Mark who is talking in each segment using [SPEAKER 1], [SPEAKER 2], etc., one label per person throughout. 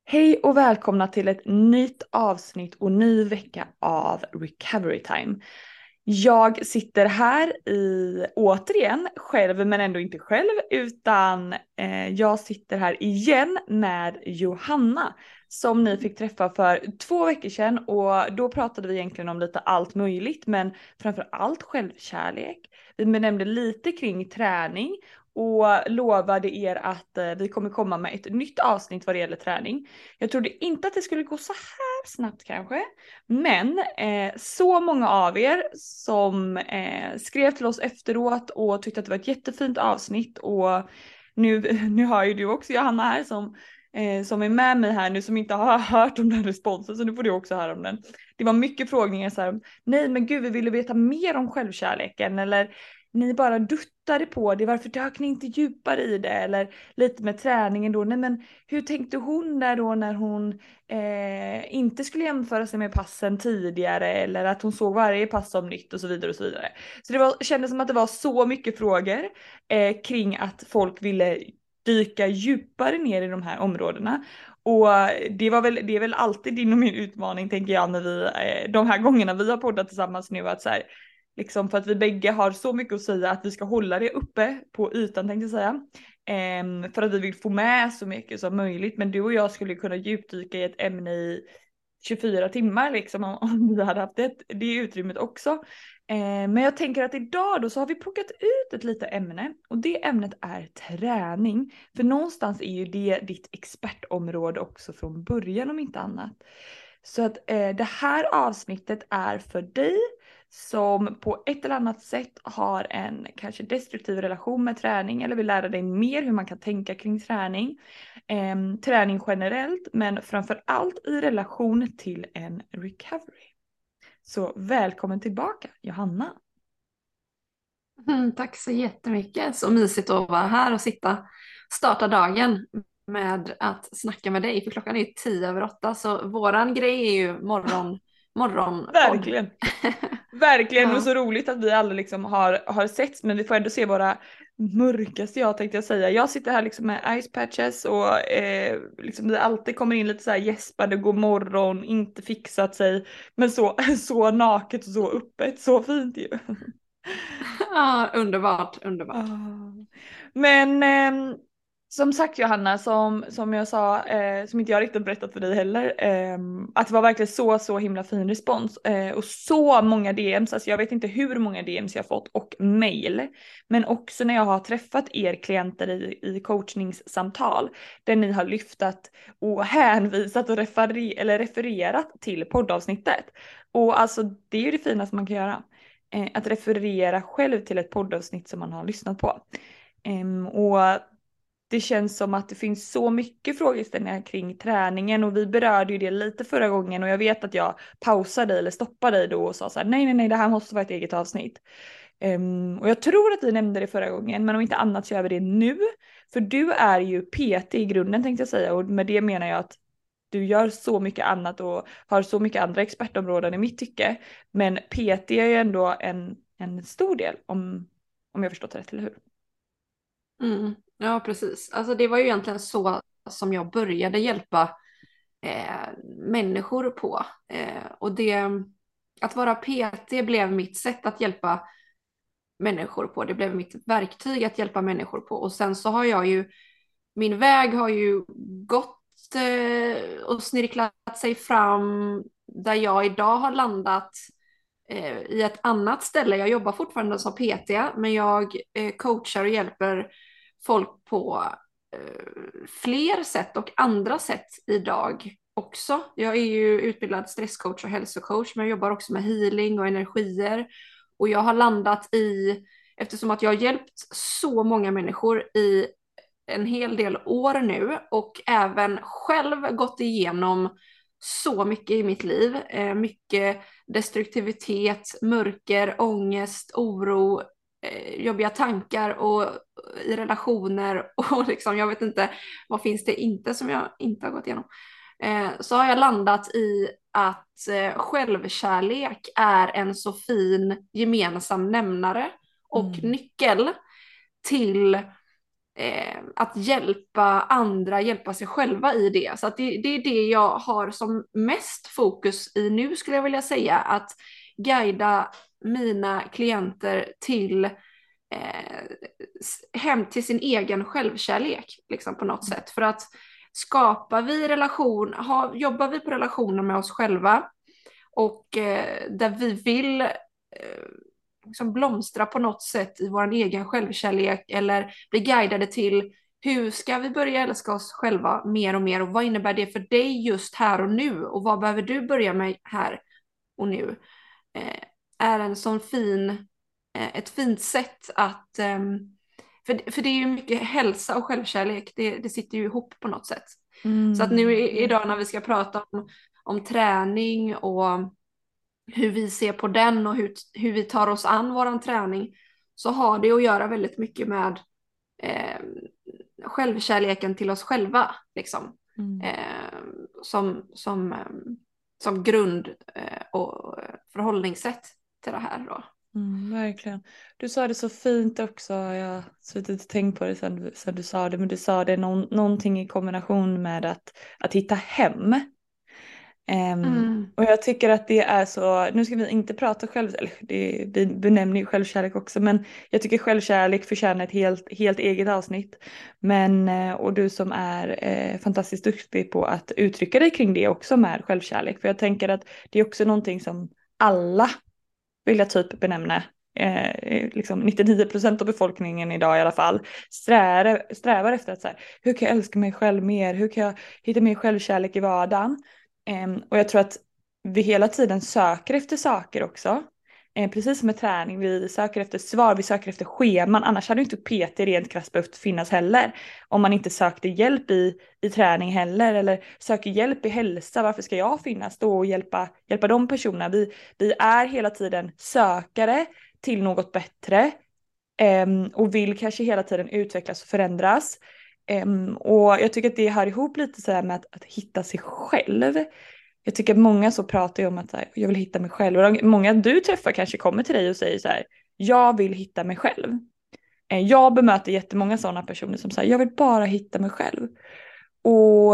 [SPEAKER 1] Hej och välkomna till ett nytt avsnitt och ny vecka av Recovery Time. Jag sitter här återigen själv, men ändå inte själv, utan jag sitter här igen med Johanna som ni fick träffa för 2 veckor sedan, och då pratade vi egentligen om lite allt möjligt, men framför allt självkärlek. Vi nämnde lite kring träning och lovade er att vi kommer komma med ett nytt avsnitt vad det gäller träning. Jag trodde inte att det skulle gå så här snabbt kanske, men så många av er som skrev till oss efteråt och tyckte att det var ett jättefint avsnitt, och nu har ju du också Johanna här som är med mig här nu, som inte har hört om den responsen, så nu får du också höra om den. Det var mycket frågningar så här: nej men gud, vi ville veta mer om självkärleken, eller ni bara duttade på det, varför dök ni inte djupare i det, eller lite med träningen då, nej men hur tänkte hon där då när hon inte skulle jämföra sig med passen tidigare, eller att hon såg varje pass som nytt och så vidare och så vidare. Så kändes som att det var så mycket frågor kring att folk ville dyka djupare ner i de här områdena. Och det är väl alltid din och min utmaning, tänker jag, när de här gångerna vi har poddat tillsammans nu, att så här, liksom för att vi bägge har så mycket att säga, att vi ska hålla det uppe på ytan, tänkte jag säga. För att vi vill få med så mycket som möjligt, men du och jag skulle kunna djupdyka i ett ämne i 24 timmar liksom, om vi hade haft det utrymmet också. Men jag tänker att idag då så har vi plockat ut ett litet ämne, och det ämnet är träning. För någonstans är ju det ditt expertområde också från början, om inte annat. Så att det här avsnittet är för dig som på ett eller annat sätt har en kanske destruktiv relation med träning, eller vill lära dig mer hur man kan tänka kring träning. Träning generellt, men framför allt i relation till en recovery. Så välkommen tillbaka, Johanna.
[SPEAKER 2] Tack så jättemycket. Så mysigt att vara här och starta dagen med att snacka med dig. För klockan är 7:50, så våran grej är ju morgonpodd.
[SPEAKER 1] Verkligen. Verkligen, och
[SPEAKER 2] Ja.
[SPEAKER 1] så roligt att vi alla liksom har setts, men vi får ändå se våra mörkaste jag, tänkte jag säga. Jag sitter här liksom med ice patches, och liksom det alltid kommer in lite så här gäspade god morgon, inte fixat sig, men så, så naket och så öppet, så fint ju.
[SPEAKER 2] Ja, underbart, underbart.
[SPEAKER 1] Ah. Men som sagt, Johanna, som jag sa, som inte jag riktigt berättat för dig heller, att det var verkligen så himla fin respons, och så många DMs, alltså jag vet inte hur många DMs jag fått och mail, men också när jag har träffat er klienter i coachningssamtal där ni har lyftat och hänvisat och refererat till poddavsnittet. Och alltså det är ju det finaste man kan göra, att referera själv till ett poddavsnitt som man har lyssnat på. Och det känns som att det finns så mycket frågeställningar kring träningen, och vi berörde ju det lite förra gången, och jag vet att jag pausade dig eller stoppade dig då och sa så här: nej, det här måste vara ett eget avsnitt. Och jag tror att vi nämnde det förra gången, men om inte annat så gör vi det nu. För du är ju PT i grunden, tänkte jag säga, och med det menar jag att du gör så mycket annat och har så mycket andra expertområden i mitt tycke. Men PT är ju ändå en stor del, om jag förstått det rätt, eller hur?
[SPEAKER 2] Ja, precis. Alltså det var ju egentligen så som jag började hjälpa människor på. Att vara PT blev mitt sätt att hjälpa människor på. Det blev mitt verktyg att hjälpa människor på. Och sen så har min väg har ju gått och snirklat sig fram där jag idag har landat i ett annat ställe. Jag jobbar fortfarande som PT, men jag coachar och hjälper folk på fler sätt och andra sätt idag också. Jag är ju utbildad stresscoach och hälsocoach, men jag jobbar också med healing och energier. Och jag har landat eftersom att jag har hjälpt så många människor i en hel del år nu, och även själv gått igenom så mycket i mitt liv. Mycket destruktivitet, mörker, ångest, oro, jobbiga tankar och i relationer och liksom, jag vet inte, vad finns det inte som jag inte har gått igenom. Så har jag landat i att självkärlek är en så fin gemensam nämnare och
[SPEAKER 1] Mm.
[SPEAKER 2] nyckel till att hjälpa andra, hjälpa sig själva i det. Så att det är det jag har som mest fokus i nu, skulle jag vilja säga, att guida mina klienter till hem till sin egen självkärlek liksom, på något sätt. För att skapar vi jobbar vi på relationer med oss själva och där vi vill liksom blomstra på något sätt i vår egen självkärlek eller bli guidade till hur ska vi börja älska oss själva mer och mer och vad innebär det för dig just här och nu och vad behöver du börja med här och nu, är en sån ett fint sätt att för det är ju mycket hälsa och självkärlek, det sitter ju ihop på något sätt. Så att nu idag när vi ska prata om träning och hur vi ser på den och hur vi tar oss an våran träning, så har det att göra väldigt mycket med självkärleken till oss själva liksom. Som grund och förhållningssätt till det här då.
[SPEAKER 1] Verkligen. Du sa det så fint också. Jag har suttit och tänkt på det sen du sa det. Men du sa det någonting i kombination med att hitta hem. Och jag tycker att det är så, nu ska vi inte prata vi benämner ju självkärlek också, men jag tycker självkärlek förtjänar ett helt eget avsnitt. Men, och du som är fantastiskt duktig på att uttrycka dig kring det också med självkärlek. För jag tänker att det är också någonting som alla vill jag typ benämna. Liksom 99% av befolkningen idag i alla fall strävar efter att så här, hur kan jag älska mig själv mer? Hur kan jag hitta mer självkärlek i vardagen? Och jag tror att vi hela tiden söker efter saker också. Precis som med träning, vi söker efter svar, vi söker efter scheman. Annars hade inte PT rent krasst behövt finnas heller. Om man inte sökte hjälp i träning heller, eller söker hjälp i hälsa. Varför ska jag finnas då och hjälpa de personerna? Vi är hela tiden sökare till något bättre. Och vill kanske hela tiden utvecklas och förändras. Och jag tycker att det hör ihop lite så här med att hitta sig själv. Jag tycker att många så pratar ju om att så här, jag vill hitta mig själv. Och många du träffar kanske kommer till dig och säger så här, jag vill hitta mig själv. Jag bemöter jättemånga sådana personer som säger, jag vill bara hitta mig själv. Och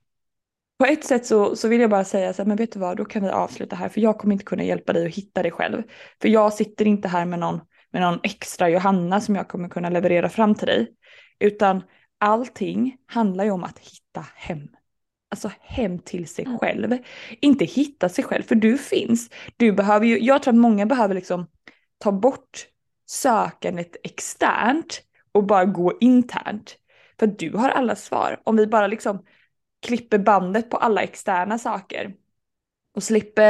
[SPEAKER 1] på ett sätt så vill jag bara säga så här, men vet du vad, då kan vi avsluta här. För jag kommer inte kunna hjälpa dig att hitta dig själv. För jag sitter inte här med någon extra Johanna som jag kommer kunna leverera fram till dig. Utan allting handlar ju om att hitta hem. Alltså hem till sig själv. Inte hitta sig själv, för du finns. Jag tror att många behöver liksom ta bort sökandet externt och bara gå internt. För du har alla svar. Om vi bara liksom klipper bandet på alla externa saker och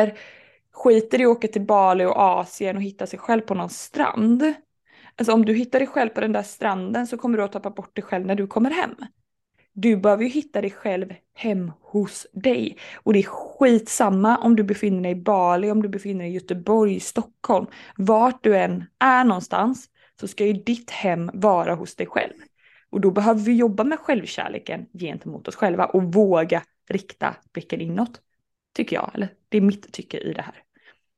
[SPEAKER 1] skiter i att åka till Bali och Asien och hitta sig själv på någon strand. Alltså om du hittar dig själv på den där stranden så kommer du att tappa bort dig själv när du kommer hem. Du behöver ju hitta dig själv hem hos dig. Och det är skitsamma om du befinner dig i Bali, om du befinner dig i Göteborg, Stockholm. Vart du än är någonstans så ska ju ditt hem vara hos dig själv. Och då behöver vi jobba med självkärleken gentemot oss själva och våga rikta blicken inåt. Tycker jag, eller det är mitt tycke i det här.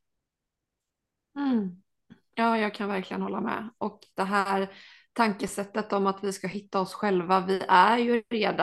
[SPEAKER 2] Ja, jag kan verkligen hålla med. Och det här tankesättet om att vi ska hitta oss själva, vi är ju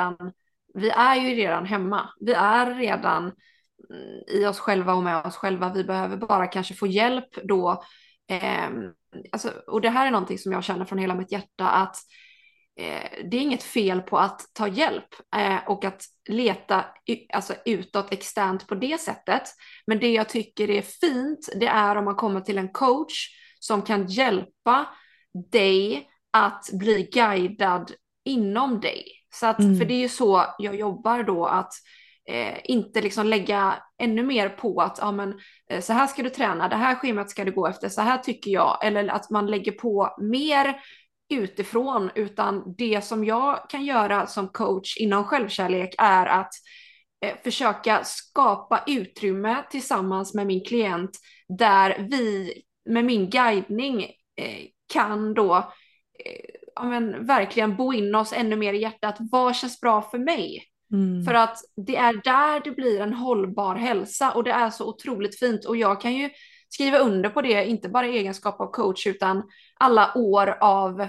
[SPEAKER 2] redan hemma. Vi är redan i oss själva och med oss själva. Vi behöver bara kanske få hjälp då. Och det här är någonting som jag känner från hela mitt hjärta, att det är inget fel på att ta hjälp och att leta utåt externt på det sättet. Men det jag tycker är fint, det är om man kommer till en coach som kan hjälpa dig att bli guidad inom dig. Så att, för det är ju så jag jobbar då, att inte liksom lägga ännu mer på att så här ska du träna, det här schemat ska du gå efter, så här tycker jag. Eller att man lägger på mer utifrån, utan det som jag kan göra som coach inom självkärlek är att försöka skapa utrymme tillsammans med min klient där vi med min guidning kan då verkligen bo in oss ännu mer i hjärtat. Vad känns bra för mig? För att det är där det blir en hållbar hälsa, och det är så otroligt fint. Och jag kan ju skriva under på det, inte bara i egenskap av coach utan alla år av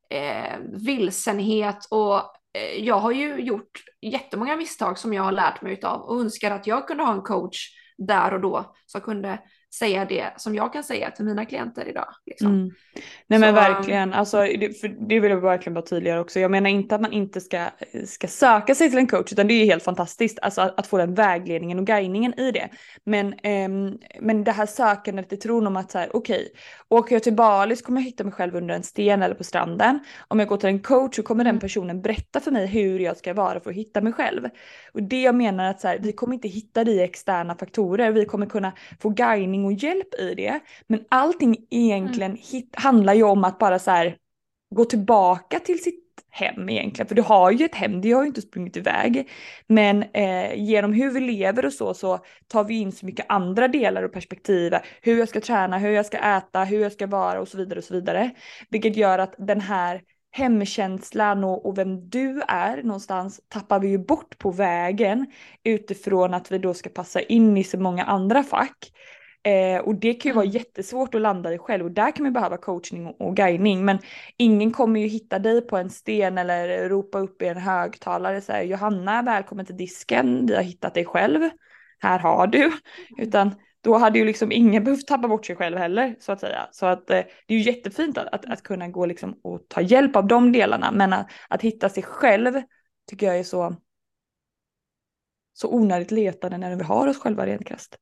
[SPEAKER 2] vilsenhet och jag har ju gjort jättemånga misstag som jag har lärt mig utav och önskar att jag kunde ha en coach där och då som kunde säga det som jag kan säga till mina klienter idag. Liksom.
[SPEAKER 1] Mm. Nej
[SPEAKER 2] Så,
[SPEAKER 1] men verkligen, alltså, för det vill jag verkligen vara tydligare också. Jag menar inte att man inte ska söka sig till en coach, utan det är ju helt fantastiskt alltså, att få den vägledningen och guidningen i det. Men det här sökandet i tron om att så här, okej, åker jag till Bali så kommer jag hitta mig själv under en sten eller på stranden. Om jag går till en coach så kommer den personen berätta för mig hur jag ska vara för att hitta mig själv. Och det jag menar att så här, vi kommer inte hitta det i externa faktorer, vi kommer kunna få guidning och hjälp i det. Men allting egentligen handlar ju om att bara så här gå tillbaka till sitt hem egentligen. För du har ju ett hem, det har ju inte sprungit iväg. Men genom hur vi lever och så tar vi in så mycket andra delar och perspektiv. Hur jag ska träna, hur jag ska äta, hur jag ska vara och så vidare och så vidare. Vilket gör att den här hemkänslan och vem du är någonstans tappar vi ju bort på vägen utifrån att vi då ska passa in i så många andra fack. Och det kan ju vara jättesvårt att landa i själv och där kan man behöva coachning och guidning, men ingen kommer ju hitta dig på en sten eller ropa upp i en högtalare så här, Johanna, välkommen till disken, vi har hittat dig själv, här har du, utan då hade ju liksom ingen behövt tappa bort sig själv heller så att säga. Så att det är ju jättefint att kunna gå liksom och ta hjälp av de delarna, men att hitta sig själv tycker jag är så onödigt letande när vi har oss själva rent krasst.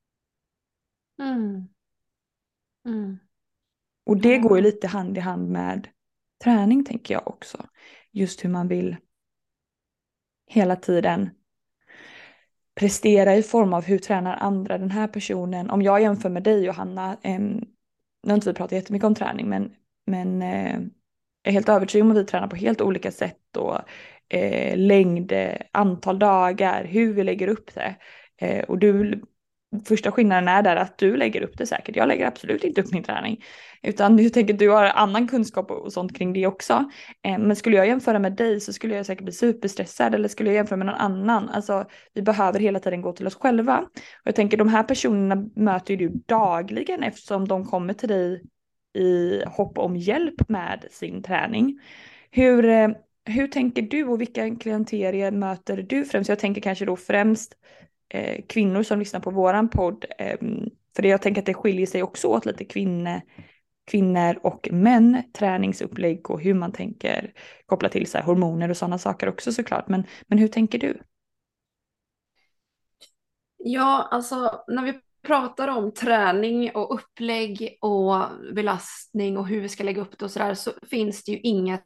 [SPEAKER 1] Och det går ju lite hand i hand med träning tänker jag också. Just hur man vill hela tiden prestera i form av hur tränar andra den här personen. Om jag jämför med dig Johanna, nu har inte vi pratat jättemycket om träning men jag är helt övertygad om att vi tränar på helt olika sätt och längd, antal dagar, hur vi lägger upp det. Och första skillnaden är där att du lägger upp det säkert. Jag lägger absolut inte upp min träning. Utan jag tänker att du har annan kunskap och sånt kring det också. Men skulle jag jämföra med dig så skulle jag säkert bli superstressad. Eller skulle jag jämföra med någon annan. Alltså vi behöver hela tiden gå till oss själva. Och jag tänker de här personerna möter ju du dagligen eftersom de kommer till dig i hopp om hjälp med sin träning. Hur tänker du och vilka klienterier möter du främst? Jag tänker kanske då främst kvinnor som lyssnar på våran podd. För jag tänker att det skiljer sig också åt lite kvinnor och män, träningsupplägg och hur man tänker koppla till så här hormoner och sådana saker också såklart. Men hur tänker du?
[SPEAKER 2] Ja, alltså när vi pratar om träning och upplägg och belastning och hur vi ska lägga upp det och sådär så finns det ju inget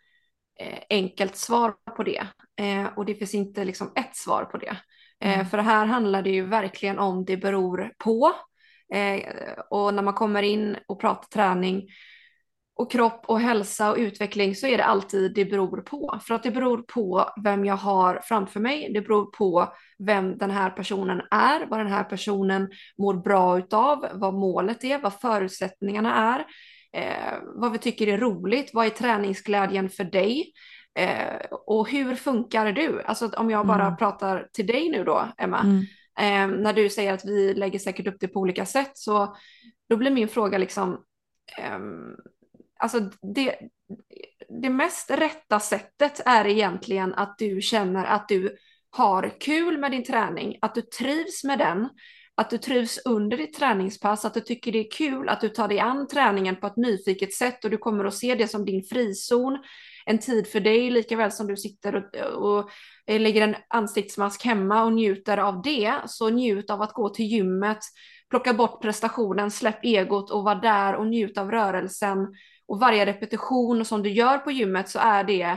[SPEAKER 2] enkelt svar på det. Och det finns inte liksom ett svar på det. För här handlar det ju verkligen om det beror på. Och när man kommer in och pratar träning och kropp och hälsa och utveckling så är det alltid det beror på. För att det beror på vem jag har framför mig. Det beror på vem den här personen är, vad den här personen mår bra utav, vad målet är, vad förutsättningarna är, vad vi tycker är roligt, vad är träningsglädjen för dig? Och hur funkar du? Alltså om jag bara pratar till dig nu då, Emma, när du säger att vi lägger säkert upp det på olika sätt så då blir min fråga liksom alltså det mest rätta sättet är egentligen att du känner att du har kul med din träning, att du trivs med den, att du trivs under ditt träningspass, att du tycker det är kul, att du tar dig an träningen på ett nyfiket sätt och du kommer att se det som din frizon, en tid för dig, lika väl som du sitter och lägger en ansiktsmask hemma och njuter av det, så njut av att gå till gymmet, plocka bort prestationen, släpp egot och vara där och njut av rörelsen. Och varje repetition som du gör på gymmet så är det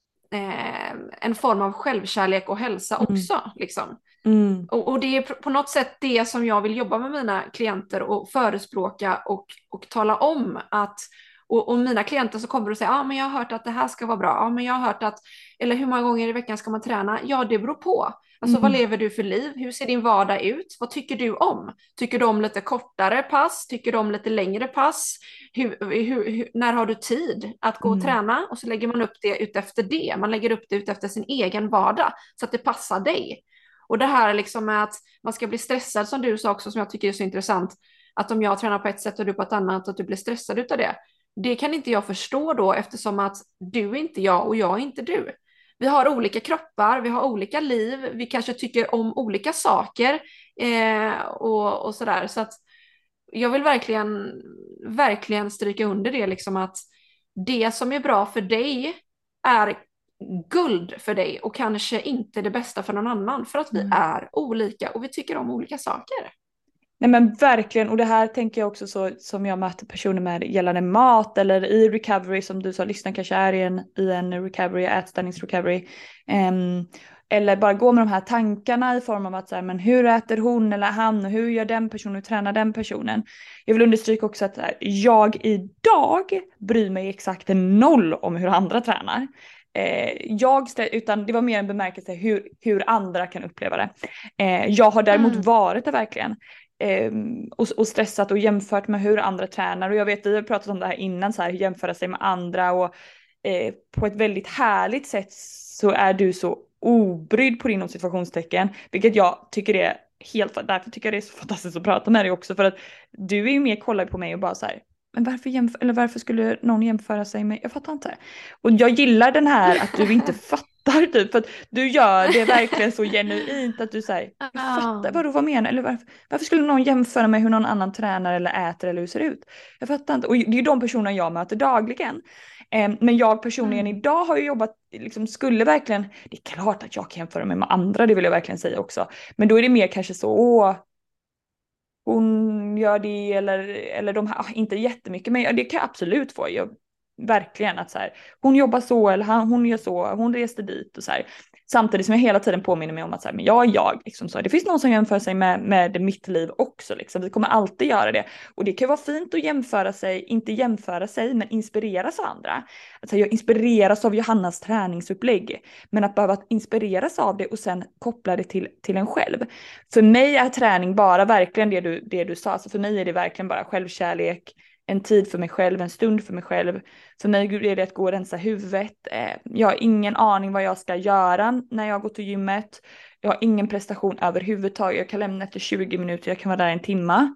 [SPEAKER 2] en form av självkärlek och hälsa också. Liksom. Och det är på något sätt det som jag vill jobba med mina klienter och förespråka och tala om att och mina klienter så kommer och säger men jag har hört att det här ska vara bra. Men jag har hört att, eller hur många gånger i veckan ska man träna? Ja, det beror på. Alltså vad lever du för liv? Hur ser din vardag ut? Vad tycker du om? Tycker du om lite kortare pass? Tycker du om lite längre pass? När har du tid att gå och träna? Och så lägger man upp det utefter det. Man lägger upp det utefter sin egen vardag så att det passar dig. Och det här liksom med att man ska bli stressad som du sa också, som jag tycker är så intressant. Att om jag tränar på ett sätt och du på ett annat, att du blir stressad utav det. det kan inte jag förstå då, eftersom att du är inte jag och jag är inte du. Vi har olika kroppar, vi har olika liv, vi kanske tycker om olika saker och sådär. Så att jag vill verkligen stryka under det, liksom att det som är bra för dig är guld för dig och kanske inte det bästa för någon annan, för att vi är olika och vi tycker om olika saker.
[SPEAKER 1] Nej men verkligen, och det här tänker jag också så som jag möter personer med gällande mat eller i recovery, som du sa, lyssna kanske är i en recovery, ätstörningsrecovery. Eller bara gå med de här tankarna i form av att så här, men hur äter hon eller han, och hur gör den personen, hur tränar den personen. Jag vill understryka också att så här, jag idag bryr mig exakt noll om hur andra tränar. Utan det var mer en bemärkelse hur andra kan uppleva det. Jag har däremot varit det verkligen. Och stressat och jämfört med hur andra tränar, och jag vet, vi har pratat om det här innan, så här, jämföra sig med andra, och på ett väldigt härligt sätt så är du så obrydd på din situationstecken, vilket jag tycker är därför tycker jag det är så fantastiskt att prata med dig också, för att du är ju mer kollar på mig och bara så här, men varför skulle någon jämföra sig med, jag fattar inte. Och jag gillar den här att du inte fattar typ, för att du gör det verkligen så genuint att du säger, jag fattar, vad menar, eller varför skulle någon jämföra med hur någon annan tränar eller äter eller hur ser ut? Jag fattar inte, och det är ju de personerna jag möter dagligen. Men jag personligen idag har ju jobbat, liksom skulle verkligen, det är klart att jag kan jämföra mig med andra, det vill jag verkligen säga också, men då är det mer kanske så, hon gör det eller de här, inte jättemycket, men det kan jag absolut få. Verkligen att så här, hon jobbar så eller hon gör så, hon reste dit och så här. Samtidigt som jag hela tiden påminner mig om att så här, men jag liksom så. Det finns någon som jämför sig med mitt liv också liksom. Vi kommer alltid göra det. Och det kan vara fint att jämföra sig, inte jämföra sig, men inspireras av andra. Alltså jag inspireras av Johannas träningsupplägg, men att behöva inspireras av det och sen koppla det till en själv. För mig är träning bara verkligen det du sa. Så för mig är det verkligen bara självkärlek, en tid för mig själv, en stund för mig själv. För mig är det att gå och rensa huvudet. Jag har ingen aning vad jag ska göra när jag går till gymmet. Jag har ingen prestation överhuvudtaget. Jag kan lämna efter 20 minuter, jag kan vara där en timma.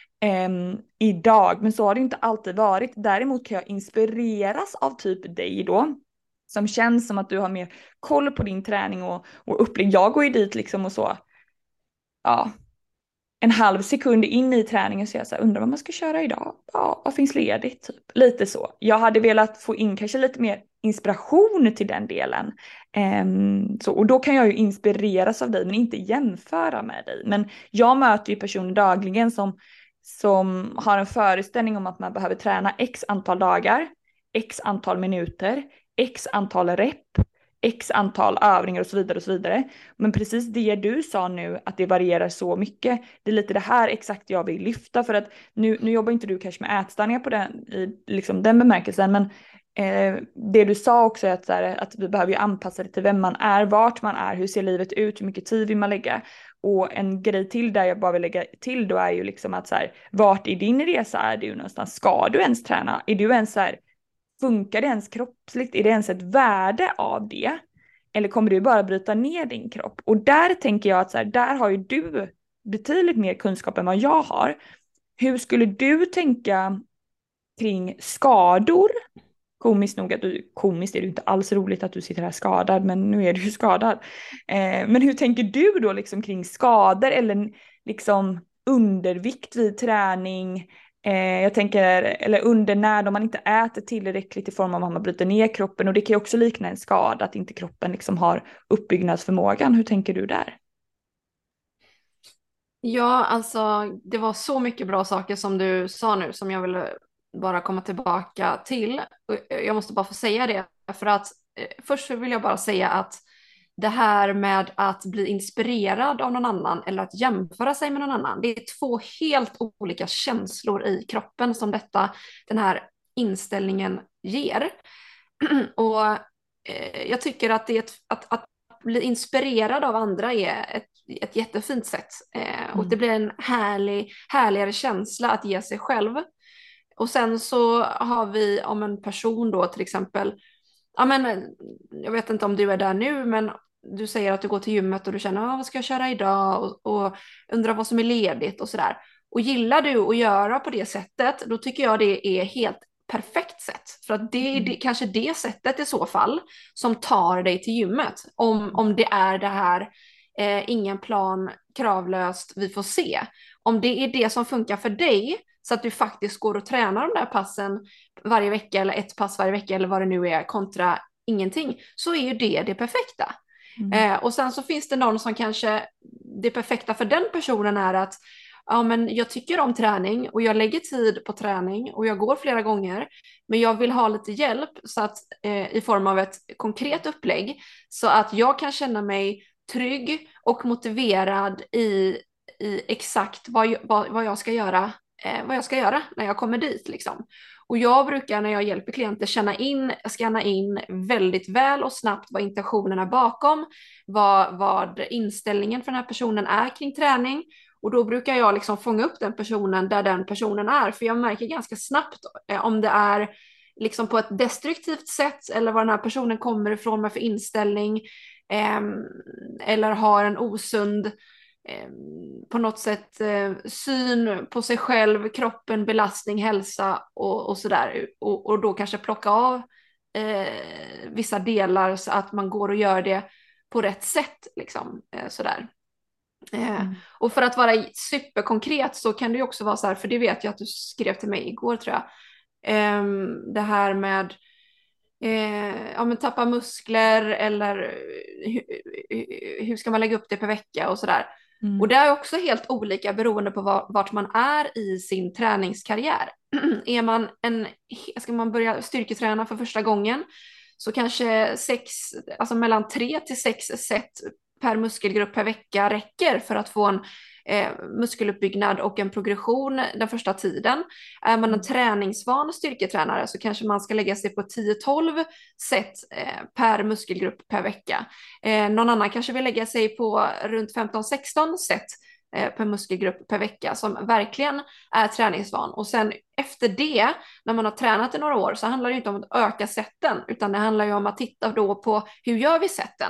[SPEAKER 1] Idag, men så har det inte alltid varit. Däremot kan jag inspireras av typ dig då. Som känns som att du har mer koll på din träning och upplägg. Jag går ju dit liksom och så. Ja. En halv sekund in i träningen så jag så här, undrar vad man ska köra idag. Ja, vad finns ledigt? Typ. Lite så. Jag hade velat få in kanske lite mer inspiration till den delen. Så, och då kan jag ju inspireras av dig men inte jämföra med dig. Men jag möter ju personer dagligen som har en föreställning om att man behöver träna x antal dagar, x antal minuter, x antal rep, x antal övningar och så vidare och så vidare. Men precis det du sa nu, att det varierar så mycket, det är lite det här exakt jag vill lyfta, för att nu jobbar inte du kanske med ätstörningar på i liksom den bemärkelsen, men det du sa också är att, så här, att vi behöver ju anpassa det till vem man är, vart man är, hur ser livet ut, hur mycket tid vill man lägga. Och en grej till där jag bara vill lägga till då är ju liksom att så här, vart i din resa är du någonstans? Ska du ens träna? Är du ens så här, funkar det ens kroppsligt? Är det ens ett värde av det? Eller kommer du bara bryta ner din kropp? Och där tänker jag att så här, där har ju du betydligt mer kunskap än vad jag har. Hur skulle du tänka kring skador? Komiskt nog komiskt är det inte alls roligt att du sitter här skadad, men nu är du ju skadad. Men hur tänker du då liksom kring skador eller liksom undervikt vid träning? Jag tänker, eller undernärd om man inte äter tillräckligt i form av att man bryter ner kroppen, och det kan ju också likna en skada att inte kroppen liksom har uppbyggnadsförmågan. Hur tänker du där?
[SPEAKER 2] Ja, alltså det var så mycket bra saker som du sa nu som jag vill bara komma tillbaka till. Jag måste bara få säga det, för att först vill jag bara säga att det här med att bli inspirerad av någon annan eller att jämföra sig med någon annan, det är två helt olika känslor i kroppen som den här inställningen ger. Och jag tycker att att bli inspirerad av andra är ett jättefint sätt. Och det blir en härligare känsla att ge sig själv. Och sen så har vi om en person då till exempel, ja men jag vet inte om du är där nu, men du säger att du går till gymmet och du känner, vad ska jag köra idag? Och undrar vad som är ledigt och sådär. Och gillar du att göra på det sättet, då tycker jag det är helt perfekt sätt. För att det är kanske det sättet i så fall som tar dig till gymmet. Om det är det här, ingen plan, kravlöst, vi får se. Om det är det som funkar för dig, så att du faktiskt går och tränar de där passen varje vecka eller ett pass varje vecka eller vad det nu är kontra ingenting, så är ju det perfekta. Och sen så finns det någon som kanske, det perfekta för den personen är att ja, men jag tycker om träning och jag lägger tid på träning och jag går flera gånger, men jag vill ha lite hjälp så att, i form av ett konkret upplägg så att jag kan känna mig trygg och motiverad i exakt vad jag ska göra, vad jag ska göra när jag kommer dit liksom. Och jag brukar när jag hjälper klienter scanna in väldigt väl och snabbt vad intentionerna bakom, vad inställningen för den här personen är kring träning. Och då brukar jag liksom fånga upp den personen där den personen är. För jag märker ganska snabbt om det är liksom på ett destruktivt sätt eller vad den här personen kommer ifrån med för inställning. Eller har en osund på något sätt syn på sig själv, kroppen, belastning, hälsa och sådär. Och då kanske plocka av vissa delar så att man går och gör det på rätt sätt. Liksom, sådär. Och för att vara superkonkret så kan det ju också vara så här, för det vet jag att du skrev till mig igår tror jag. Det här med ja, men tappa muskler eller hur ska man lägga upp det per vecka och sådär. Och det är också helt olika beroende på vart man är i sin träningskarriär. Är man ska man börja styrketräna för första gången så kanske mellan 3 till 6 set per muskelgrupp per vecka räcker för att få en muskeluppbyggnad och en progression den första tiden. Är man en träningsvan styrketränare så kanske man ska lägga sig på 10-12 set per muskelgrupp per vecka. Någon annan kanske vill lägga sig på runt 15-16 set per muskelgrupp per vecka som verkligen är träningsvan. Och sen efter det, när man har tränat i några år, så handlar det inte om att öka setten, utan det handlar ju om att titta då på hur gör vi setten.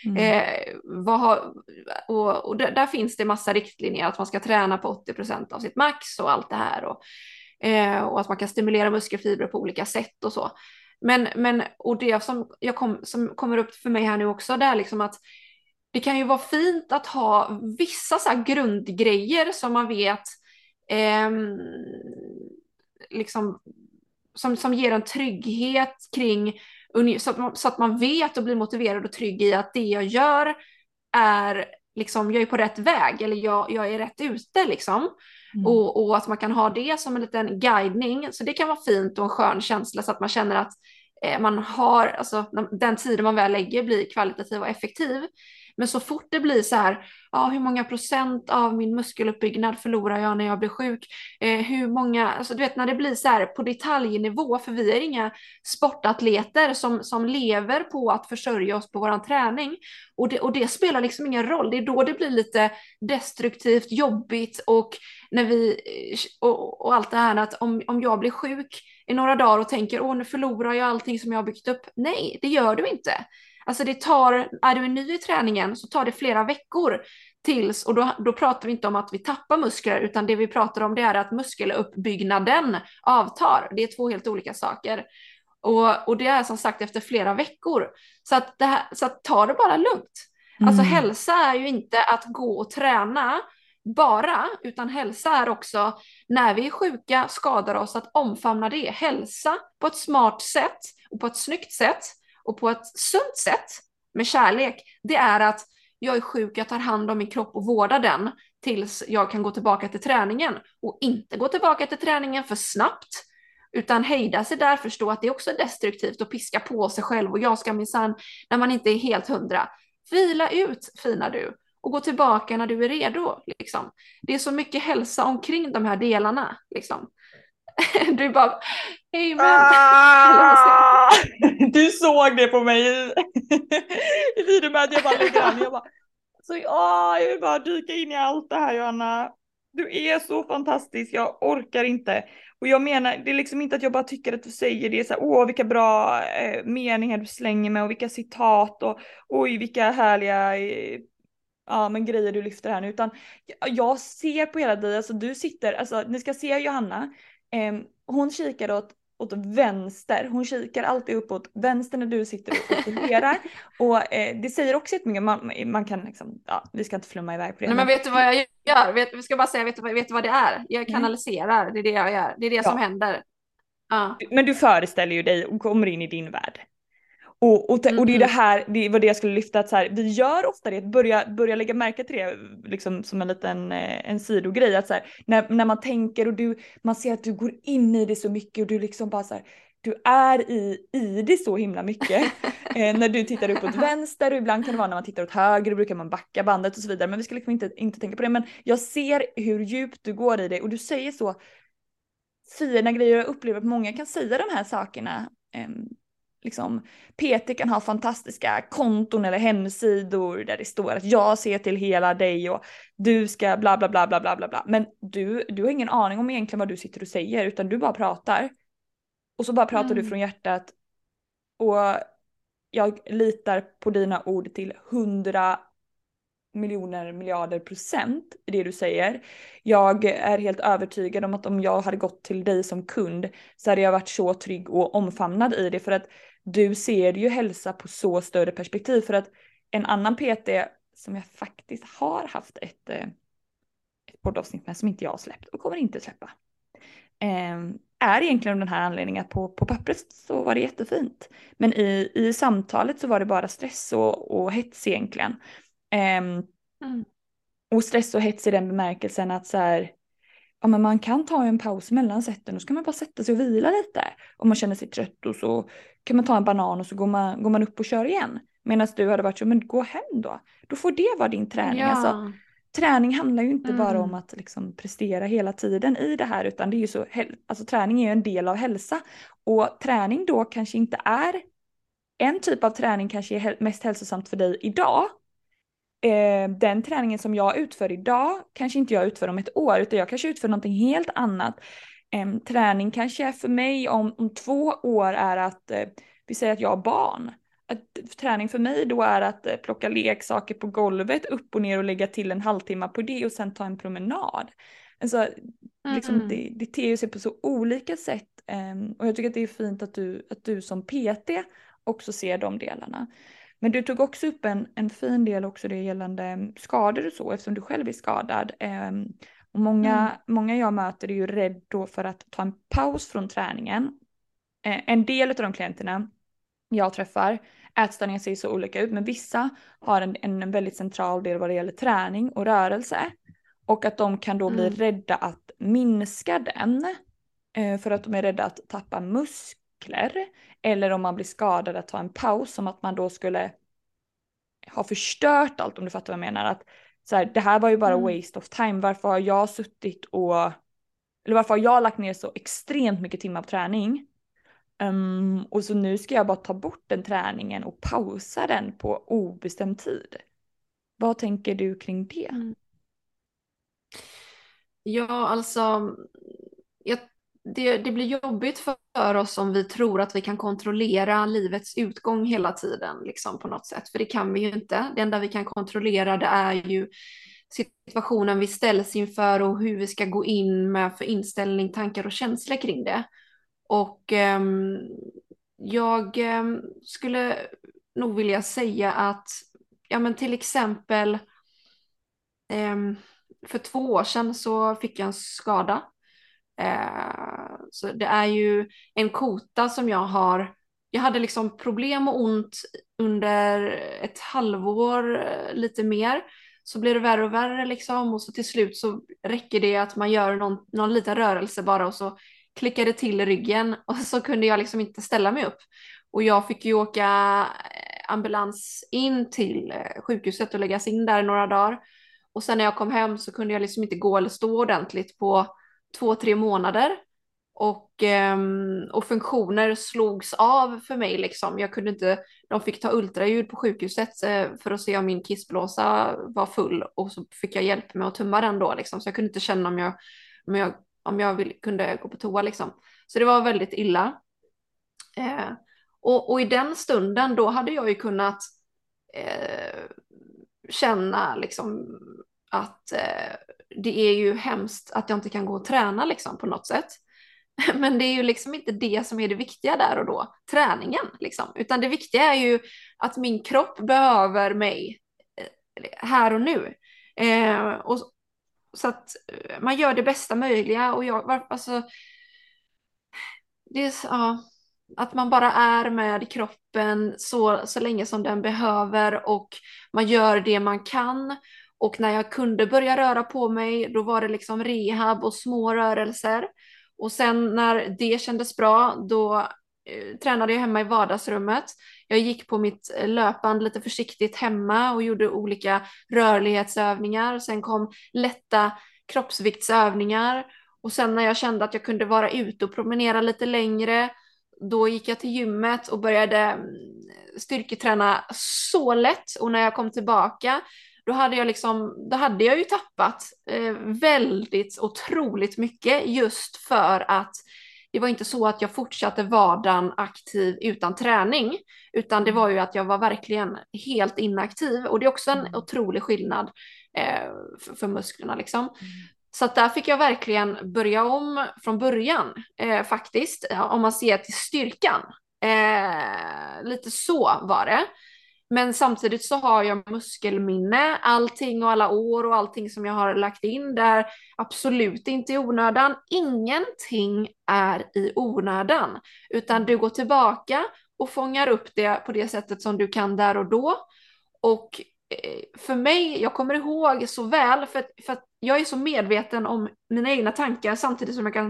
[SPEAKER 2] Och där finns det massa riktlinjer att man ska träna på 80% av sitt max och allt det här. Och att man kan stimulera muskelfibrer på olika sätt och så. Men det som kommer upp för mig här nu också, det är liksom att det kan ju vara fint att ha vissa så här grundgrejer som man vet liksom, som ger en trygghet kring, så att man vet och blir motiverad och trygg i att det jag gör är liksom, jag är på rätt väg eller jag är rätt ute liksom. Och att man kan ha det som en liten guidning, så det kan vara fint och en skön känsla så att man känner att man har, alltså den tiden man väl lägger blir kvalitativ och effektiv. Men så fort det blir så här, ja, hur många procent av min muskeluppbyggnad förlorar jag när jag blir sjuk? Hur många, alltså du vet när det blir så här på detaljnivå, för vi är inga sportatleter som lever på att försörja oss på våran träning. Och det spelar liksom ingen roll, det är då det blir lite destruktivt, jobbigt och när och allt det här att om jag blir sjuk i några dagar och tänker, nu förlorar jag allting som jag har byggt upp. Nej, det gör du inte. Alltså är du ny i träningen så tar det flera veckor tills, och då pratar vi inte om att vi tappar muskler, utan det vi pratar om det är att muskeluppbyggnaden avtar. Det är 2 helt olika saker. Och det är som sagt efter flera veckor. Så att ta det bara lugnt. Alltså hälsa är ju inte att gå och träna bara, utan hälsa är också när vi är sjuka, skadar oss, att omfamna det. Hälsa på ett smart sätt och på ett snyggt sätt och på ett sunt sätt med kärlek, det är att jag är sjuk, jag tar hand om min kropp och vårdar den tills jag kan gå tillbaka till träningen, och inte gå tillbaka till träningen för snabbt, utan hejda sig där, förstå att det också är destruktivt och piska på sig själv och jag ska minsann, när man inte är helt 100. Vila ut, fina du, och gå tillbaka när du är redo. Liksom. Det är så mycket hälsa omkring de här delarna. Liksom. Du bara, amen.
[SPEAKER 1] Du såg det på mig i videon med att jag bara lägger an. Jag vill bara dyka in i allt det här, Johanna. Du är så fantastisk, jag orkar inte. Och jag menar, det är liksom inte att jag bara tycker att du säger det så här, vilka bra meningar du slänger med och vilka citat och oj vilka härliga men grejer du lyfter här nu, utan jag ser på hela dig, alltså du sitter, alltså ni ska se Johanna, hon kikar åt åt vänster. Hon kikar alltid upp åt vänster när du sitter och opererar. Och det säger också jättemycket. Man kan liksom, ja, vi ska inte flumma iväg på det.
[SPEAKER 2] Nej, men vet du vad jag gör? Vi ska bara säga, vet du vad det är? Jag
[SPEAKER 1] Nej.
[SPEAKER 2] kanaliserar, det är det jag gör. Det är det som händer. Ja.
[SPEAKER 1] Men du föreställer ju dig och kommer in i din värld. Och det är ju det här, det var det jag skulle lyfta, att så här, vi gör ofta det, börja lägga märke till det liksom som en liten en sidogrej, att så här, när man tänker och man ser att du går in i det så mycket och du liksom bara så här, du är i det så himla mycket. När du tittar upp åt vänster, och ibland kan det vara när man tittar åt höger, då brukar man backa bandet och så vidare, men vi ska liksom inte tänka på det. Men jag ser hur djupt du går i det, och du säger så fina grejer. Jag upplever att många kan säga de här sakerna. Liksom, PT kan ha fantastiska konton eller hemsidor där det står att jag ser till hela dig och du ska bla bla bla bla bla bla bla. Men du har ingen aning om egentligen vad du sitter och säger, utan du bara pratar. Och så bara pratar du från hjärtat. Och jag litar på dina ord till 100 miljoner miljarder procent i det du säger. Jag är helt övertygad om att om jag hade gått till dig som kund så hade jag varit så trygg och omfamnad i det, för att du ser ju hälsa på så större perspektiv. För att en annan PT som jag faktiskt har haft ett poddavsnitt med, som inte jag har släppt och kommer inte släppa, är egentligen den här anledningen att på pappret så var det jättefint. Men i samtalet så var det bara stress och hets egentligen. Och stress och hets i den bemärkelsen att så här, ja, men man kan ta en paus mellan sätten och så kan man bara sätta sig och vila lite. Om man känner sig trött, och så kan man ta en banan och så går man upp och kör igen. Medan du hade varit så, men gå hem då. Då får det vara din träning.
[SPEAKER 2] Ja.
[SPEAKER 1] Alltså, träning handlar ju inte bara om att liksom prestera hela tiden i det här, utan det är ju så, alltså träning är ju en del av hälsa. Och träning då kanske inte är, en typ av träning kanske är mest hälsosamt för dig idag. Den träningen som jag utför idag kanske inte jag utför om ett år, utan jag kanske utför någonting helt annat. Träning kanske för mig om 2 år är att, vi säger att jag har barn. Att träning för mig då är att plocka leksaker på golvet upp och ner och lägga till en halvtimme på det och sen ta en promenad. Alltså, liksom det ter sig på så olika sätt. Och jag tycker att det är fint att du som PT också ser de delarna. Men du tog också upp en fin del också, det gällande skador och så, eftersom du själv är skadad. Och många jag möter är ju rädd då för att ta en paus från träningen. En del av de klienterna jag träffar, ätstörningar ser så olika ut, men vissa har en väldigt central del vad det gäller träning och rörelse. Och att de kan då bli rädda att minska den, för att de är rädda att tappa muskler. Eller om man blir skadad att ta en paus, som att man då skulle ha förstört allt, om du fattar vad jag menar. Att så här, det här var ju bara waste of time. Varför har jag eller varför har jag lagt ner så extremt mycket timmar på träning? Och så nu ska jag bara ta bort den träningen och pausa den på obestämd tid. Vad tänker du kring det?
[SPEAKER 2] Ja, alltså det blir jobbigt för oss om vi tror att vi kan kontrollera livets utgång hela tiden liksom, på något sätt. För det kan vi ju inte. Det enda vi kan kontrollera, det är ju situationen vi ställs inför och hur vi ska gå in med för inställning, tankar och känslor kring det. Och jag skulle nog vilja säga att, ja men till exempel för 2 år sedan så fick jag en skada. Så det är ju en kota som jag hade liksom problem och ont under ett halvår, lite mer. Så blir det värre och värre liksom, och så till slut så räcker det att man gör någon liten rörelse bara och så klickar det till i ryggen och så kunde jag liksom inte ställa mig upp. Och jag fick ju åka ambulans in till sjukhuset och läggas in där några dagar. Och sen när jag kom hem så kunde jag liksom inte gå eller stå ordentligt på 2-3 månader. Och funktioner slogs av för mig liksom. Jag kunde inte, de fick ta ultraljud på sjukhuset för att se om min kissblåsa var full, och så fick jag hjälp med att tumma den då liksom. Så jag kunde inte känna om jag kunde gå på toa liksom. Så det var väldigt illa. Och i den stunden då hade jag ju kunnat känna liksom att det är ju hemskt att jag inte kan gå och träna liksom på något sätt. Men det är ju liksom inte det som är det viktiga där och då, träningen liksom. Utan det viktiga är ju att min kropp behöver mig här och nu. Och så att man gör det bästa möjliga och alltså, det är ja, att man bara är med kroppen så länge som den behöver och man gör det man kan. Och när jag kunde börja röra på mig, då var det liksom rehab och små rörelser. Och sen när det kändes bra, då tränade jag hemma i vardagsrummet. Jag gick på mitt löpband lite försiktigt hemma och gjorde olika rörlighetsövningar. Sen kom lätta kroppsviktsövningar. Och sen när jag kände att jag kunde vara ute och promenera lite längre, då gick jag till gymmet och började styrketräna så lätt. Och när jag kom tillbaka, då hade jag ju tappat väldigt otroligt mycket, just för att det var inte så att jag fortsatte vardagen aktiv utan träning, utan det var ju att jag var verkligen helt inaktiv. Och det är också en otrolig skillnad för musklerna liksom. Så att där fick jag verkligen börja om från början faktiskt, om man ser till styrkan. Lite så var det. Men samtidigt så har jag muskelminne, allting och alla år och allting som jag har lagt in där, absolut inte i onödan. Ingenting är i onödan, utan du går tillbaka och fångar upp det på det sättet som du kan där och då. Och för mig, jag kommer ihåg så väl, för att jag är så medveten om mina egna tankar samtidigt som jag kan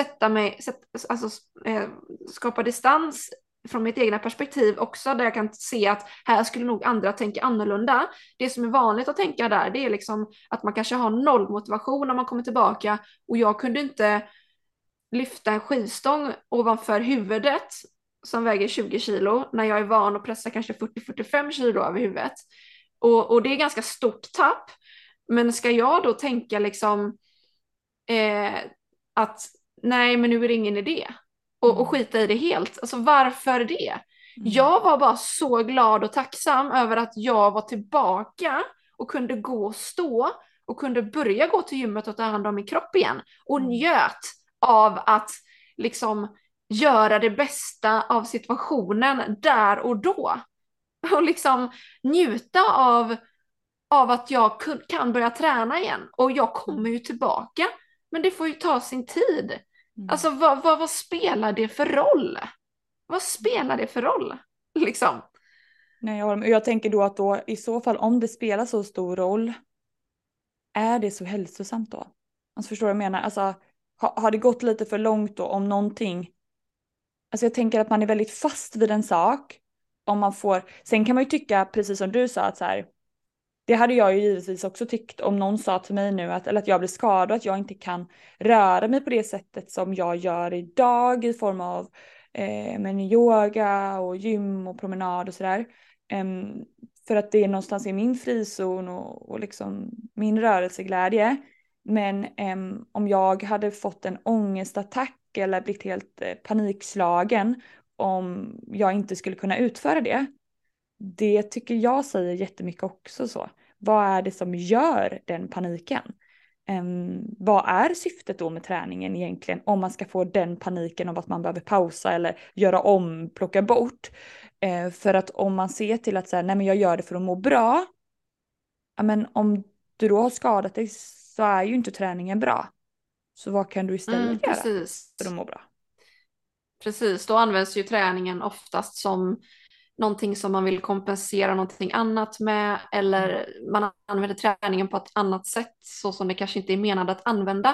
[SPEAKER 2] skapa distans från mitt egna perspektiv också, där jag kan se att här skulle nog andra tänka annorlunda. Det som är vanligt att tänka där, det är liksom att man kanske har noll motivation när man kommer tillbaka, och jag kunde inte lyfta en skivstång ovanför huvudet som väger 20 kilo när jag är van att pressa kanske 40-45 kilo över huvudet. Och det är ganska stort tapp. Men ska jag då tänka liksom att nej, men nu är det ingen idé och skita i det helt. Alltså varför det? Jag var bara så glad och tacksam över att jag var tillbaka och kunde gå och stå och kunde börja gå till gymmet och ta hand om min kropp igen. Och njöt av att liksom göra det bästa av situationen där och då. Och liksom njuta av att jag kan börja träna igen. Och jag kommer ju tillbaka. Men det får ju ta sin tid. Alltså vad spelar det för roll? Vad spelar det för roll? Liksom.
[SPEAKER 1] Nej, jag tänker då att då, i så fall, om det spelar så stor roll, är det så hälsosamt då? Alltså förstår du vad jag menar? Alltså, har det gått lite för långt då om någonting? Alltså jag tänker att man är väldigt fast vid en sak. Om man får, sen kan man ju tycka, precis som du sa, att så här, det hade jag ju givetvis också tyckt om någon sa till mig nu att, eller att jag blir skadad, att jag inte kan röra mig på det sättet som jag gör idag i form av men yoga och gym och promenad och sådär. För att det är någonstans i min frizon och liksom min rörelseglädje. Men om jag hade fått en ångestattack eller blivit helt panikslagen om jag inte skulle kunna utföra det. Det tycker jag säger jättemycket också så. Vad är det som gör den paniken? Vad är syftet då med träningen egentligen? Om man ska få den paniken av att man behöver pausa eller göra om, plocka bort. För att om man ser till att säga, nej men jag gör det för att må bra. Ja, men om du då har skadat dig så är ju inte träningen bra. Så vad kan du istället göra för att må bra?
[SPEAKER 2] Precis, då används ju träningen oftast som någonting som man vill kompensera någonting annat med, eller man använder träningen på ett annat sätt så som det kanske inte är menat att använda.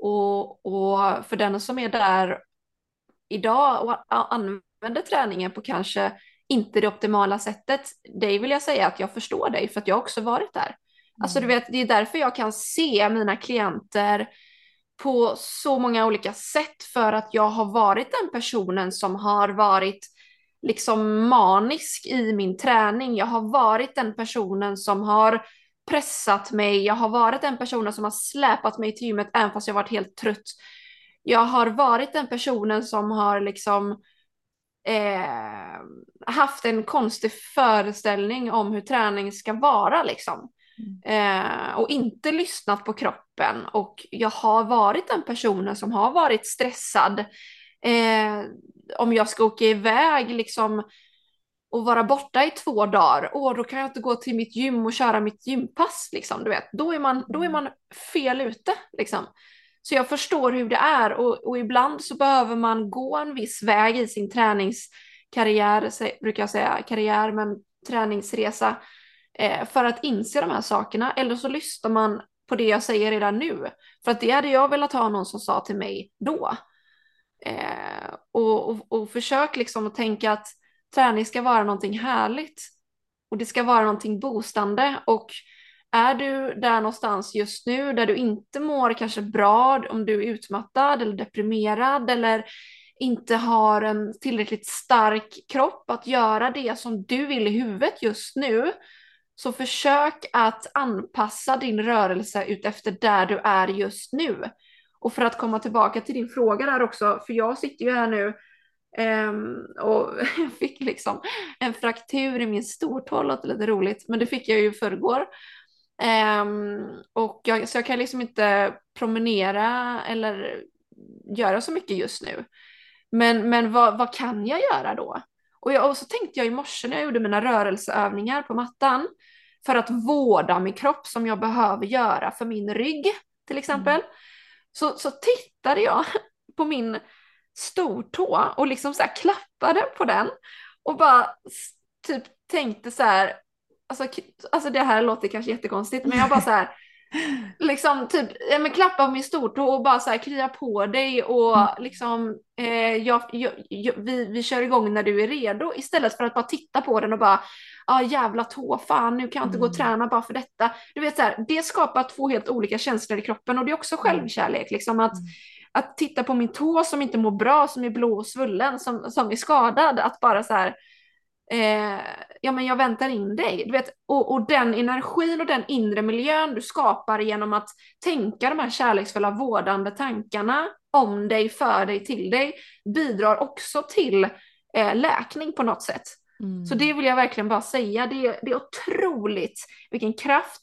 [SPEAKER 2] Och för den som är där idag och använder träningen på kanske inte det optimala sättet, det vill jag säga att jag förstår dig, för att jag också varit där. Alltså du vet, det är därför jag kan se mina klienter på så många olika sätt, för att jag har varit den personen som har varit liksom manisk i min träning. Jag har varit den personen som har pressat mig. Jag har varit den personen som har släpat mig till gymmet även fast jag varit helt trött. Jag har varit den personen som har liksom haft en konstig föreställning om hur träning ska vara liksom. Och inte lyssnat på kroppen kroppen och jag har varit den personen som har varit stressad. Om jag ska åka iväg liksom och vara borta i 2 dagar, då kan jag inte gå till mitt gym och köra mitt gympass liksom, du vet. Då är man fel ute liksom. Så jag förstår hur det är och ibland så behöver man gå en viss väg i sin träningskarriär, brukar jag säga, karriär men träningsresa, för att inse de här sakerna. Eller så lyssnar man på det jag säger redan nu. För att det hade jag velat ha någon som sa till mig då. Och försök liksom att tänka att träning ska vara någonting härligt. Och det ska vara någonting boostande. Och är du där någonstans just nu där du inte mår kanske bra, om du är utmattad eller deprimerad eller inte har en tillräckligt stark kropp att göra det som du vill i huvudet just nu, så försök att anpassa din rörelse utefter där du är just nu. Och för att komma tillbaka till din fråga där också, för jag sitter ju här nu och fick liksom en fraktur i min stortå, låter lite roligt, men det fick jag ju i förrgår. Så jag kan liksom inte promenera eller göra så mycket just nu. Men vad kan jag göra då? Och så tänkte jag i morse när jag gjorde mina rörelseövningar på mattan för att vårda min kropp som jag behöver göra för min rygg till exempel. Så tittade jag på min stortå och liksom så här klappade på den och bara typ tänkte så här, alltså det här låter kanske jättekonstigt, men jag bara så här liksom typ klappa på min stortå och bara så här krya på dig och liksom vi kör igång när du är redo, istället för att bara titta på den och bara jävla tå, fan nu kan jag inte gå och träna bara för detta. Du vet så här, det skapar 2 helt olika känslor i kroppen och det är också självkärlek liksom, att titta på min tå som inte mår bra, som är blå och svullen, som är skadad, att bara så här men jag väntar in dig, du vet, och den energin och den inre miljön du skapar genom att tänka de här kärleksfulla vårdande tankarna om dig, för dig, till dig, bidrar också till läkning på något sätt. Så det vill jag verkligen bara säga, det är otroligt vilken kraft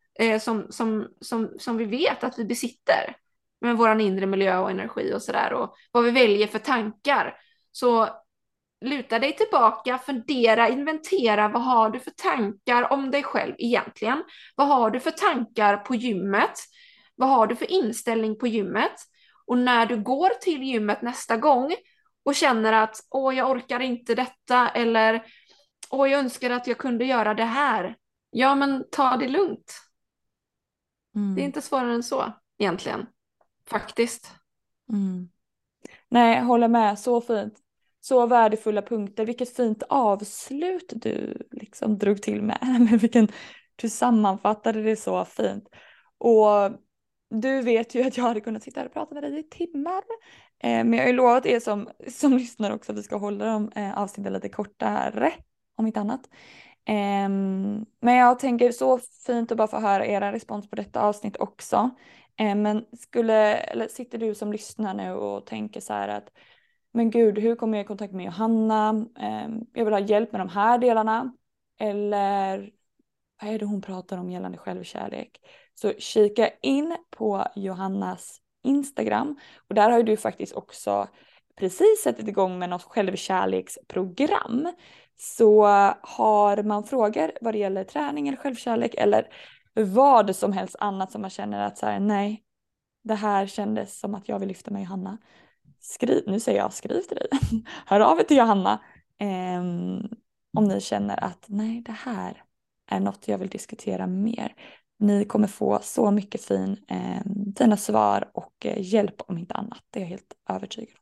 [SPEAKER 2] som vi vet att vi besitter med våran inre miljö och energi och sådär, och vad vi väljer för tankar. Så luta dig tillbaka, fundera, inventera, vad har du för tankar om dig själv egentligen? Vad har du för tankar på gymmet? Vad har du för inställning på gymmet? Och när du går till gymmet nästa gång och känner att jag orkar inte detta, eller jag önskar att jag kunde göra det här. Ja, men ta det lugnt. Det är inte svårare än så egentligen, faktiskt.
[SPEAKER 1] Nej, jag håller med, så fint. Så värdefulla punkter. Vilket fint avslut du liksom drog till med. Du sammanfattade det så fint. Och du vet ju att jag hade kunnat sitta här och prata med dig i timmar. Men jag har ju lovat er som lyssnar också att vi ska hålla de avsnitten lite kortare, om inte annat. Men jag tänker så fint att bara få höra era respons på detta avsnitt också. Men sitter du som lyssnar nu och tänker så här att men gud, hur kommer jag i kontakt med Johanna? Jag vill ha hjälp med de här delarna. Eller vad är det hon pratar om gällande självkärlek? Så kika in på Johannas Instagram. Och där har ju du faktiskt också precis sättit igång med något självkärleksprogram. Så har man frågor vad det gäller träning eller självkärlek eller vad som helst annat som man känner att så här, nej, det här kändes som att jag vill lyfta med Johanna. Skriv till dig. Hör av er till Johanna. Om ni känner att nej, det här är något jag vill diskutera mer. Ni kommer få så mycket fina svar och hjälp om inte annat. Det är jag helt övertygad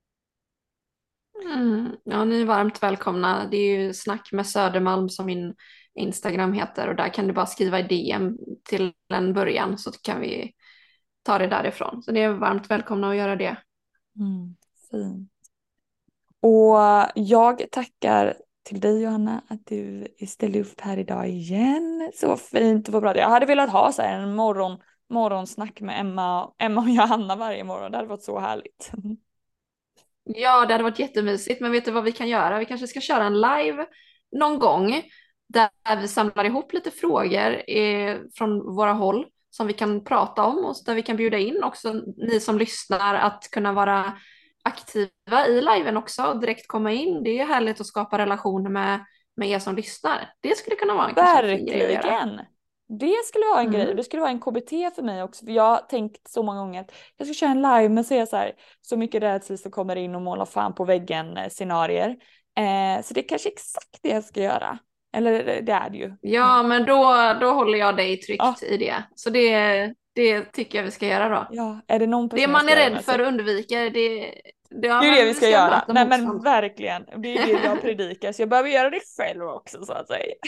[SPEAKER 1] om.
[SPEAKER 2] Ja, ni är varmt välkomna. Det är ju Snack med Södermalm som min Instagram heter, och där kan du bara skriva i DM till en början så kan vi ta det därifrån. Så det är varmt välkomna att göra det.
[SPEAKER 1] Fint. Och jag tackar till dig Johanna att du ställde upp här idag igen. Så fint och vad bra. Jag hade velat ha så här en morgonsnack med Emma och Johanna varje morgon. Det hade varit så härligt.
[SPEAKER 2] Ja, det hade varit jättemysigt, men vet du vad vi kan göra? Vi kanske ska köra en live någon gång där vi samlar ihop lite frågor från våra håll som vi kan prata om och där vi kan bjuda in också ni som lyssnar att kunna vara aktiva i liven också och direkt komma in. Det är härligt att skapa relationer med er som lyssnar. Det skulle kunna vara kanske en fin grej att göra.
[SPEAKER 1] Verkligen! Det skulle vara en grej. Det skulle vara en KBT för mig också. För jag har tänkt så många gånger att jag ska köra en live men så är jag så här, så mycket rädsla som kommer in och målar fan på väggen scenarier. Så det är kanske exakt det jag ska göra. Eller det är det ju.
[SPEAKER 2] Ja, men då håller jag dig tryggt i det. Så det tycker jag vi ska göra då.
[SPEAKER 1] Ja, är det någon person
[SPEAKER 2] Det
[SPEAKER 1] jag
[SPEAKER 2] man
[SPEAKER 1] ska
[SPEAKER 2] är
[SPEAKER 1] göra
[SPEAKER 2] rädd
[SPEAKER 1] med,
[SPEAKER 2] för
[SPEAKER 1] så
[SPEAKER 2] undviker.
[SPEAKER 1] det är det vi ska göra.
[SPEAKER 2] möta
[SPEAKER 1] Nej men
[SPEAKER 2] motstånd.
[SPEAKER 1] verkligen. Det är det jag predikar. Så jag behöver göra det själv också så att säga.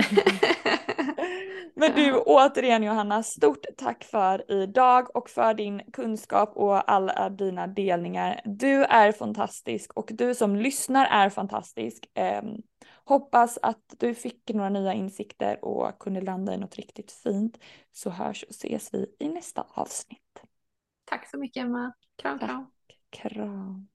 [SPEAKER 1] Men du, återigen Johanna, stort tack för idag och för din kunskap och alla dina delningar. Du är fantastisk och du som lyssnar är fantastisk. Hoppas att du fick några nya insikter och kunde landa i något riktigt fint. Så hörs och ses vi i nästa avsnitt.
[SPEAKER 2] Tack så mycket Emma. Kram,
[SPEAKER 1] Tack.
[SPEAKER 2] kram.
[SPEAKER 1] Kram.